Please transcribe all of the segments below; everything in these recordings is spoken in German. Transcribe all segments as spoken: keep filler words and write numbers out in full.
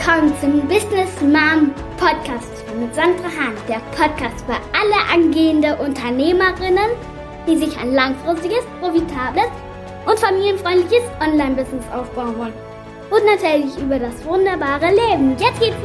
willkommen zum Business Mom Podcast mit Sandra Hahn. Der Podcast für alle angehende Unternehmerinnen, die sich ein langfristiges, profitables und familienfreundliches Online-Business aufbauen wollen. Und natürlich über das wunderbare Leben. Jetzt geht's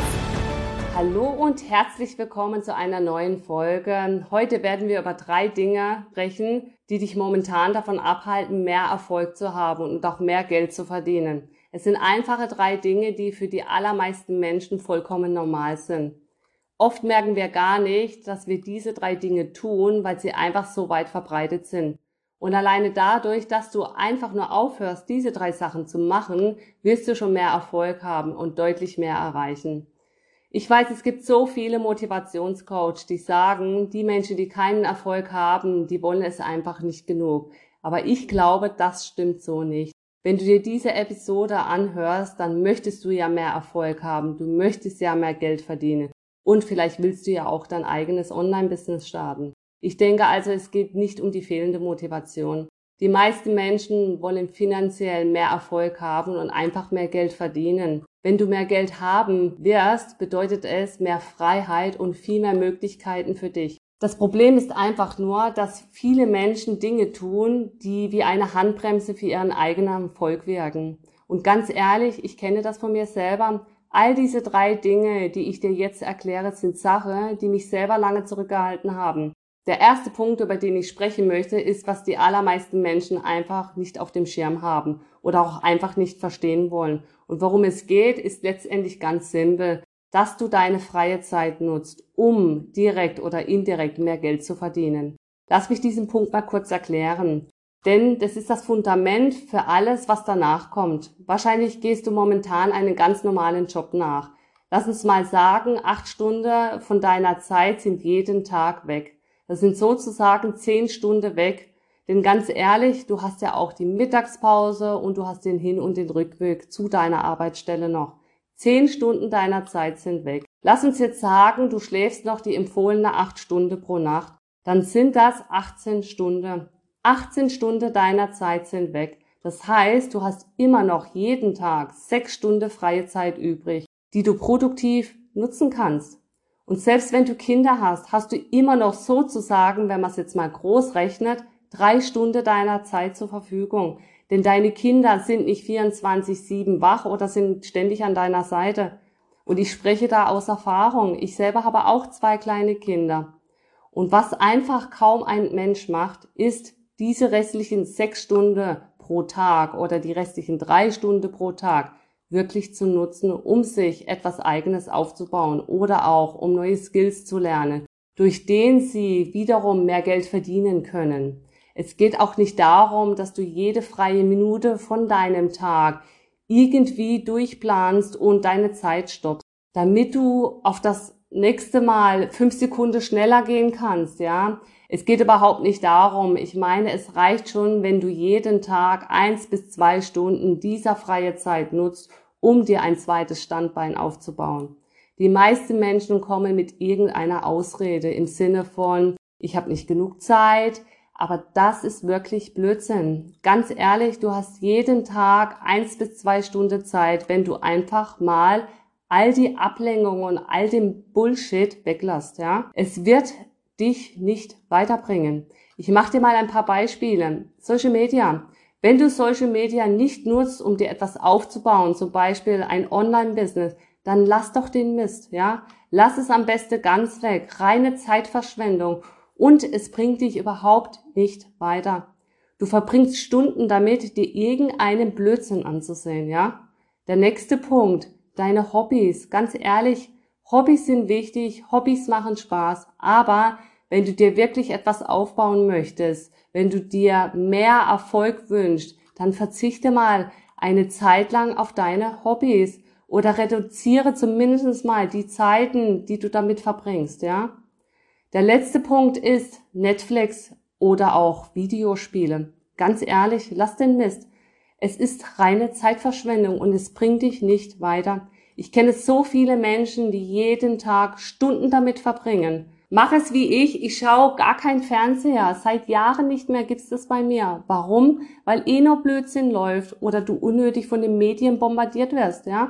los! Hallo und herzlich willkommen zu einer neuen Folge. Heute werden wir über drei Dinge sprechen, die dich momentan davon abhalten, mehr Erfolg zu haben und auch mehr Geld zu verdienen. Es sind einfache drei Dinge, die für die allermeisten Menschen vollkommen normal sind. Oft merken wir gar nicht, dass wir diese drei Dinge tun, weil sie einfach so weit verbreitet sind. Und alleine dadurch, dass du einfach nur aufhörst, diese drei Sachen zu machen, wirst du schon mehr Erfolg haben und deutlich mehr erreichen. Ich weiß, es gibt so viele Motivationscoaches, die sagen, die Menschen, die keinen Erfolg haben, die wollen es einfach nicht genug. Aber ich glaube, das stimmt so nicht. Wenn du dir diese Episode anhörst, dann möchtest du ja mehr Erfolg haben, du möchtest ja mehr Geld verdienen und vielleicht willst du ja auch dein eigenes Online-Business starten. Ich denke also, es geht nicht um die fehlende Motivation. Die meisten Menschen wollen finanziell mehr Erfolg haben und einfach mehr Geld verdienen. Wenn du mehr Geld haben wirst, bedeutet es mehr Freiheit und viel mehr Möglichkeiten für dich. Das Problem ist einfach nur, dass viele Menschen Dinge tun, die wie eine Handbremse für ihren eigenen Erfolg wirken. Und ganz ehrlich, ich kenne das von mir selber. All diese drei Dinge, die ich dir jetzt erkläre, sind Sachen, die mich selber lange zurückgehalten haben. Der erste Punkt, über den ich sprechen möchte, ist, was die allermeisten Menschen einfach nicht auf dem Schirm haben oder auch einfach nicht verstehen wollen. Und worum es geht, ist letztendlich ganz simpel, dass du deine freie Zeit nutzt, um direkt oder indirekt mehr Geld zu verdienen. Lass mich diesen Punkt mal kurz erklären. Denn das ist das Fundament für alles, was danach kommt. Wahrscheinlich gehst du momentan einen ganz normalen Job nach. Lass uns mal sagen, acht Stunden von deiner Zeit sind jeden Tag weg. Das sind sozusagen zehn Stunden weg. Denn ganz ehrlich, du hast ja auch die Mittagspause und du hast den Hin- und den Rückweg zu deiner Arbeitsstelle noch. Zehn Stunden deiner Zeit sind weg. Lass uns jetzt sagen, du schläfst noch die empfohlene acht Stunden pro Nacht. Dann sind das achtzehn Stunden. achtzehn Stunden deiner Zeit sind weg. Das heißt, du hast immer noch jeden Tag sechs Stunden freie Zeit übrig, die du produktiv nutzen kannst. Und selbst wenn du Kinder hast, hast du immer noch sozusagen, wenn man es jetzt mal groß rechnet, drei Stunden deiner Zeit zur Verfügung. Denn deine Kinder sind nicht vierundzwanzig sieben wach oder sind ständig an deiner Seite. Und ich spreche da aus Erfahrung. Ich selber habe auch zwei kleine Kinder. Und was einfach kaum ein Mensch macht, ist diese restlichen sechs Stunden pro Tag oder die restlichen drei Stunden pro Tag wirklich zu nutzen, um sich etwas Eigenes aufzubauen oder auch um neue Skills zu lernen, durch den sie wiederum mehr Geld verdienen können. Es geht auch nicht darum, dass du jede freie Minute von deinem Tag irgendwie durchplanst und deine Zeit stoppst, damit du auf das nächste Mal fünf Sekunden schneller gehen kannst, ja. Es geht überhaupt nicht darum. Ich meine, es reicht schon, wenn du jeden Tag eins bis zwei Stunden dieser freie Zeit nutzt, um dir ein zweites Standbein aufzubauen. Die meisten Menschen kommen mit irgendeiner Ausrede im Sinne von, ich habe nicht genug Zeit. Aber das ist wirklich Blödsinn. Ganz ehrlich, du hast jeden Tag eins bis zwei Stunden Zeit, wenn du einfach mal all die Ablenkungen und all den Bullshit weglässt, ja. Es wird dich nicht weiterbringen. Ich mache dir mal ein paar Beispiele. Social Media. Wenn du Social Media nicht nutzt, um dir etwas aufzubauen, zum Beispiel ein Online-Business, dann lass doch den Mist, ja. Lass es am besten ganz weg. Reine Zeitverschwendung. Und es bringt dich überhaupt nicht weiter. Du verbringst Stunden damit, dir irgendeinen Blödsinn anzusehen, ja? Der nächste Punkt, deine Hobbys. Ganz ehrlich, Hobbys sind wichtig, Hobbys machen Spaß, aber wenn du dir wirklich etwas aufbauen möchtest, wenn du dir mehr Erfolg wünschst, dann verzichte mal eine Zeit lang auf deine Hobbys oder reduziere zumindest mal die Zeiten, die du damit verbringst, ja? Der letzte Punkt ist Netflix oder auch Videospiele. Ganz ehrlich, lass den Mist. Es ist reine Zeitverschwendung und es bringt dich nicht weiter. Ich kenne so viele Menschen, die jeden Tag Stunden damit verbringen. Mach es wie ich, ich schaue gar kein Fernseher. Seit Jahren nicht mehr gibt's das bei mir. Warum? Weil eh nur Blödsinn läuft oder du unnötig von den Medien bombardiert wirst, ja?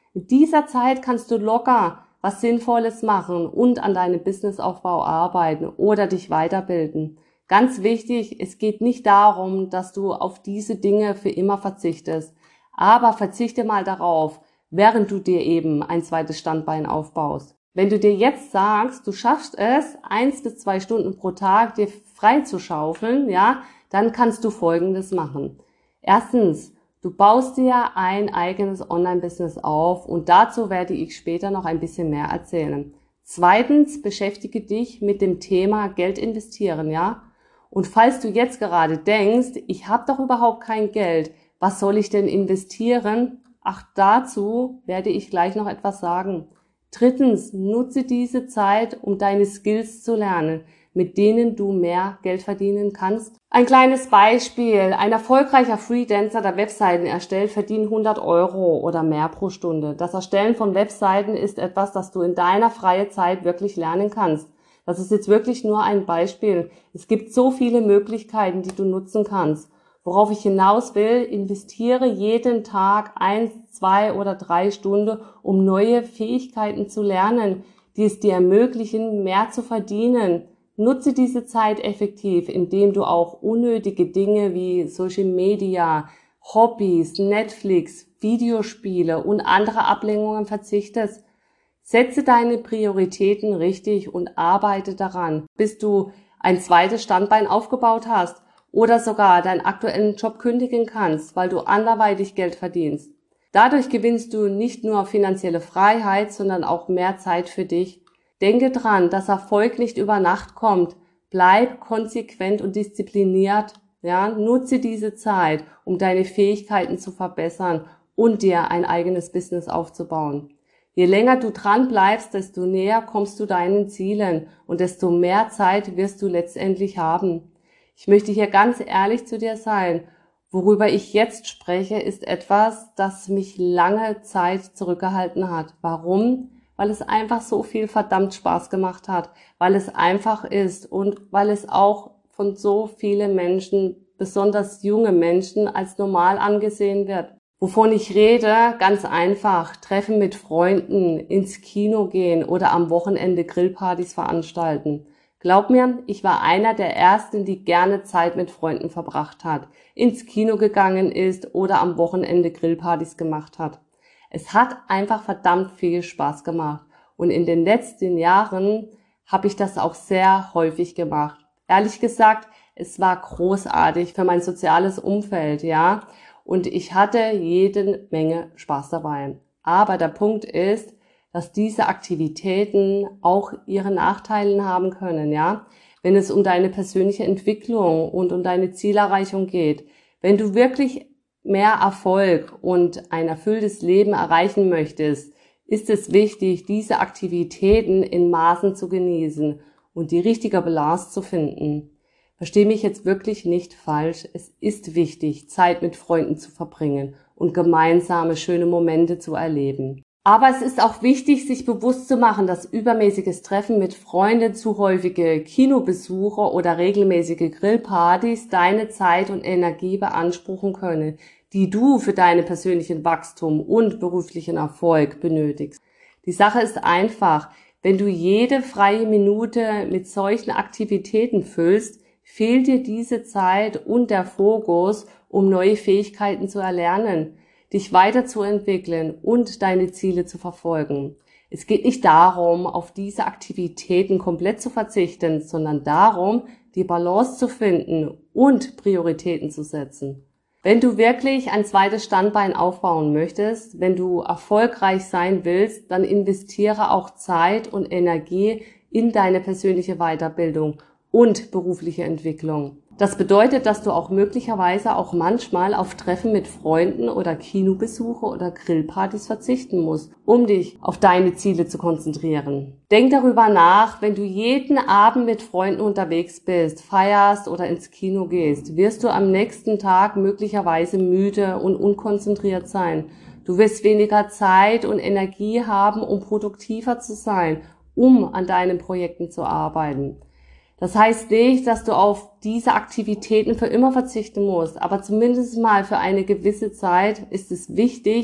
In dieser Zeit kannst du locker was Sinnvolles machen und an deinem Businessaufbau arbeiten oder dich weiterbilden. Ganz wichtig, es geht nicht darum, dass du auf diese Dinge für immer verzichtest, aber verzichte mal darauf, während du dir eben ein zweites Standbein aufbaust. Wenn du dir jetzt sagst, du schaffst es, eins bis zwei Stunden pro Tag dir frei zu schaufeln, ja, dann kannst du Folgendes machen. Erstens, du baust dir ein eigenes Online-Business auf und dazu werde ich später noch ein bisschen mehr erzählen. Zweitens, beschäftige dich mit dem Thema Geld investieren, ja. Und falls du jetzt gerade denkst, ich habe doch überhaupt kein Geld, was soll ich denn investieren? Ach, dazu werde ich gleich noch etwas sagen. Drittens, nutze diese Zeit, um deine Skills zu lernen, mit denen du mehr Geld verdienen kannst. Ein kleines Beispiel. Ein erfolgreicher Freelancer, der Webseiten erstellt, verdient hundert Euro oder mehr pro Stunde. Das Erstellen von Webseiten ist etwas, das du in deiner freien Zeit wirklich lernen kannst. Das ist jetzt wirklich nur ein Beispiel. Es gibt so viele Möglichkeiten, die du nutzen kannst. Worauf ich hinaus will, investiere jeden Tag eins, zwei oder drei Stunden, um neue Fähigkeiten zu lernen, die es dir ermöglichen, mehr zu verdienen. Nutze diese Zeit effektiv, indem du auch unnötige Dinge wie Social Media, Hobbys, Netflix, Videospiele und andere Ablenkungen verzichtest. Setze deine Prioritäten richtig und arbeite daran, bis du ein zweites Standbein aufgebaut hast oder sogar deinen aktuellen Job kündigen kannst, weil du anderweitig Geld verdienst. Dadurch gewinnst du nicht nur finanzielle Freiheit, sondern auch mehr Zeit für dich. Denke dran, dass Erfolg nicht über Nacht kommt. Bleib konsequent und diszipliniert. Ja, nutze diese Zeit, um deine Fähigkeiten zu verbessern und dir ein eigenes Business aufzubauen. Je länger du dran bleibst, desto näher kommst du deinen Zielen und desto mehr Zeit wirst du letztendlich haben. Ich möchte hier ganz ehrlich zu dir sein. Worüber ich jetzt spreche, ist etwas, das mich lange Zeit zurückgehalten hat. Warum? Weil es einfach so viel verdammt Spaß gemacht hat, weil es einfach ist und weil es auch von so vielen Menschen, besonders junge Menschen, als normal angesehen wird. Wovon ich rede, ganz einfach, Treffen mit Freunden, ins Kino gehen oder am Wochenende Grillpartys veranstalten. Glaub mir, ich war einer der Ersten, die gerne Zeit mit Freunden verbracht hat, ins Kino gegangen ist oder am Wochenende Grillpartys gemacht hat. Es hat einfach verdammt viel Spaß gemacht und in den letzten Jahren habe ich das auch sehr häufig gemacht. Ehrlich gesagt, es war großartig für mein soziales Umfeld, ja, und ich hatte jede Menge Spaß dabei. Aber der Punkt ist, dass diese Aktivitäten auch ihre Nachteile haben können, ja, wenn es um deine persönliche Entwicklung und um deine Zielerreichung geht. Wenn du wirklich mehr Erfolg und ein erfülltes Leben erreichen möchtest, ist es wichtig, diese Aktivitäten in Maßen zu genießen und die richtige Balance zu finden. Versteh mich jetzt wirklich nicht falsch. Es ist wichtig, Zeit mit Freunden zu verbringen und gemeinsame schöne Momente zu erleben. Aber es ist auch wichtig, sich bewusst zu machen, dass übermäßiges Treffen mit Freunden, zu häufige Kinobesuche oder regelmäßige Grillpartys deine Zeit und Energie beanspruchen können, die du für deinen persönlichen Wachstum und beruflichen Erfolg benötigst. Die Sache ist einfach, wenn du jede freie Minute mit solchen Aktivitäten füllst, fehlt dir diese Zeit und der Fokus, um neue Fähigkeiten zu erlernen, dich weiterzuentwickeln und deine Ziele zu verfolgen. Es geht nicht darum, auf diese Aktivitäten komplett zu verzichten, sondern darum, die Balance zu finden und Prioritäten zu setzen. Wenn du wirklich ein zweites Standbein aufbauen möchtest, wenn du erfolgreich sein willst, dann investiere auch Zeit und Energie in deine persönliche Weiterbildung und berufliche Entwicklung. Das bedeutet, dass du auch möglicherweise auch manchmal auf Treffen mit Freunden oder Kinobesuche oder Grillpartys verzichten musst, um dich auf deine Ziele zu konzentrieren. Denk darüber nach, wenn du jeden Abend mit Freunden unterwegs bist, feierst oder ins Kino gehst, wirst du am nächsten Tag möglicherweise müde und unkonzentriert sein. Du wirst weniger Zeit und Energie haben, um produktiver zu sein, um an deinen Projekten zu arbeiten. Das heißt nicht, dass du auf diese Aktivitäten für immer verzichten musst, aber zumindest mal für eine gewisse Zeit ist es wichtig,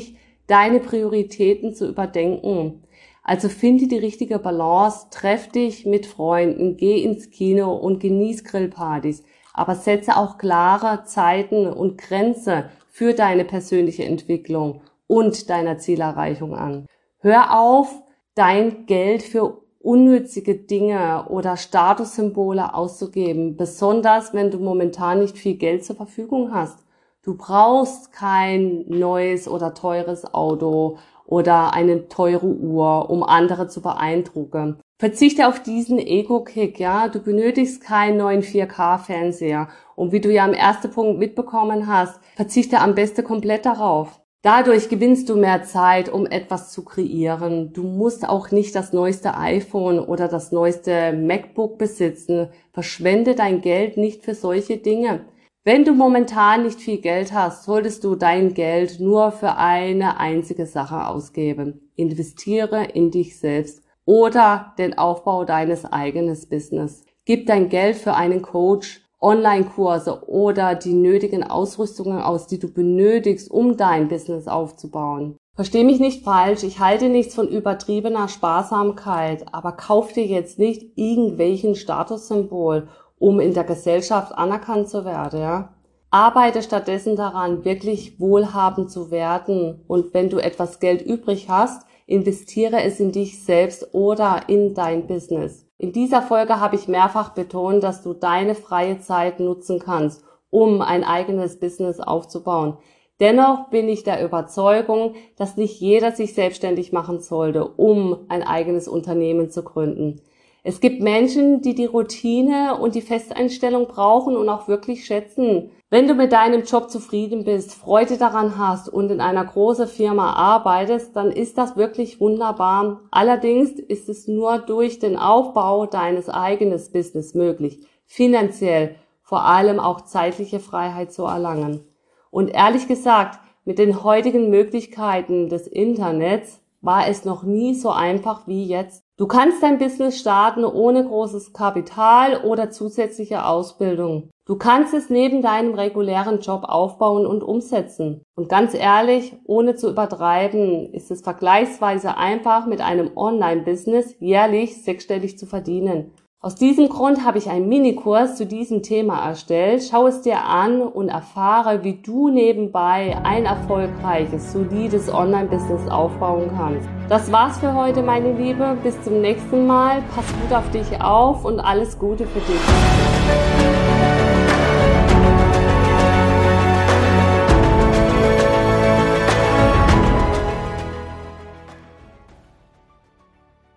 deine Prioritäten zu überdenken. Also finde die richtige Balance, treff dich mit Freunden, geh ins Kino und genieß Grillpartys, aber setze auch klare Zeiten und Grenzen für deine persönliche Entwicklung und deiner Zielerreichung an. Hör auf, dein Geld für unnützige Dinge oder Statussymbole auszugeben, besonders wenn du momentan nicht viel Geld zur Verfügung hast. Du brauchst kein neues oder teures Auto oder eine teure Uhr, um andere zu beeindrucken. Verzichte auf diesen Ego-Kick, ja. Du benötigst keinen neuen vier K Fernseher. Und wie du ja im ersten Punkt mitbekommen hast, verzichte am besten komplett darauf. Dadurch gewinnst du mehr Zeit, um etwas zu kreieren. Du musst auch nicht das neueste iPhone oder das neueste MacBook besitzen. Verschwende dein Geld nicht für solche Dinge. Wenn du momentan nicht viel Geld hast, solltest du dein Geld nur für eine einzige Sache ausgeben. Investiere in dich selbst oder den Aufbau deines eigenen Business. Gib dein Geld für einen Coach, Online-Kurse oder die nötigen Ausrüstungen aus, die du benötigst, um dein Business aufzubauen. Versteh mich nicht falsch, ich halte nichts von übertriebener Sparsamkeit, aber kauf dir jetzt nicht irgendwelchen Statussymbol, um in der Gesellschaft anerkannt zu werden, ja. Arbeite stattdessen daran, wirklich wohlhabend zu werden, und wenn du etwas Geld übrig hast, investiere es in dich selbst oder in dein Business. In dieser Folge habe ich mehrfach betont, dass du deine freie Zeit nutzen kannst, um ein eigenes Business aufzubauen. Dennoch bin ich der Überzeugung, dass nicht jeder sich selbstständig machen sollte, um ein eigenes Unternehmen zu gründen. Es gibt Menschen, die die Routine und die Festeinstellung brauchen und auch wirklich schätzen. Wenn du mit deinem Job zufrieden bist, Freude daran hast und in einer großen Firma arbeitest, dann ist das wirklich wunderbar. Allerdings ist es nur durch den Aufbau deines eigenen Business möglich, finanziell, vor allem auch zeitliche Freiheit zu erlangen. Und ehrlich gesagt, mit den heutigen Möglichkeiten des Internets war es noch nie so einfach wie jetzt. Du kannst dein Business starten ohne großes Kapital oder zusätzliche Ausbildung. Du kannst es neben deinem regulären Job aufbauen und umsetzen. Und ganz ehrlich, ohne zu übertreiben, ist es vergleichsweise einfach, mit einem Online-Business jährlich sechsstellig zu verdienen. Aus diesem Grund habe ich einen Minikurs zu diesem Thema erstellt. Schau es dir an und erfahre, wie du nebenbei ein erfolgreiches, solides Online-Business aufbauen kannst. Das war's für heute, meine Liebe. Bis zum nächsten Mal. Pass gut auf dich auf und alles Gute für dich.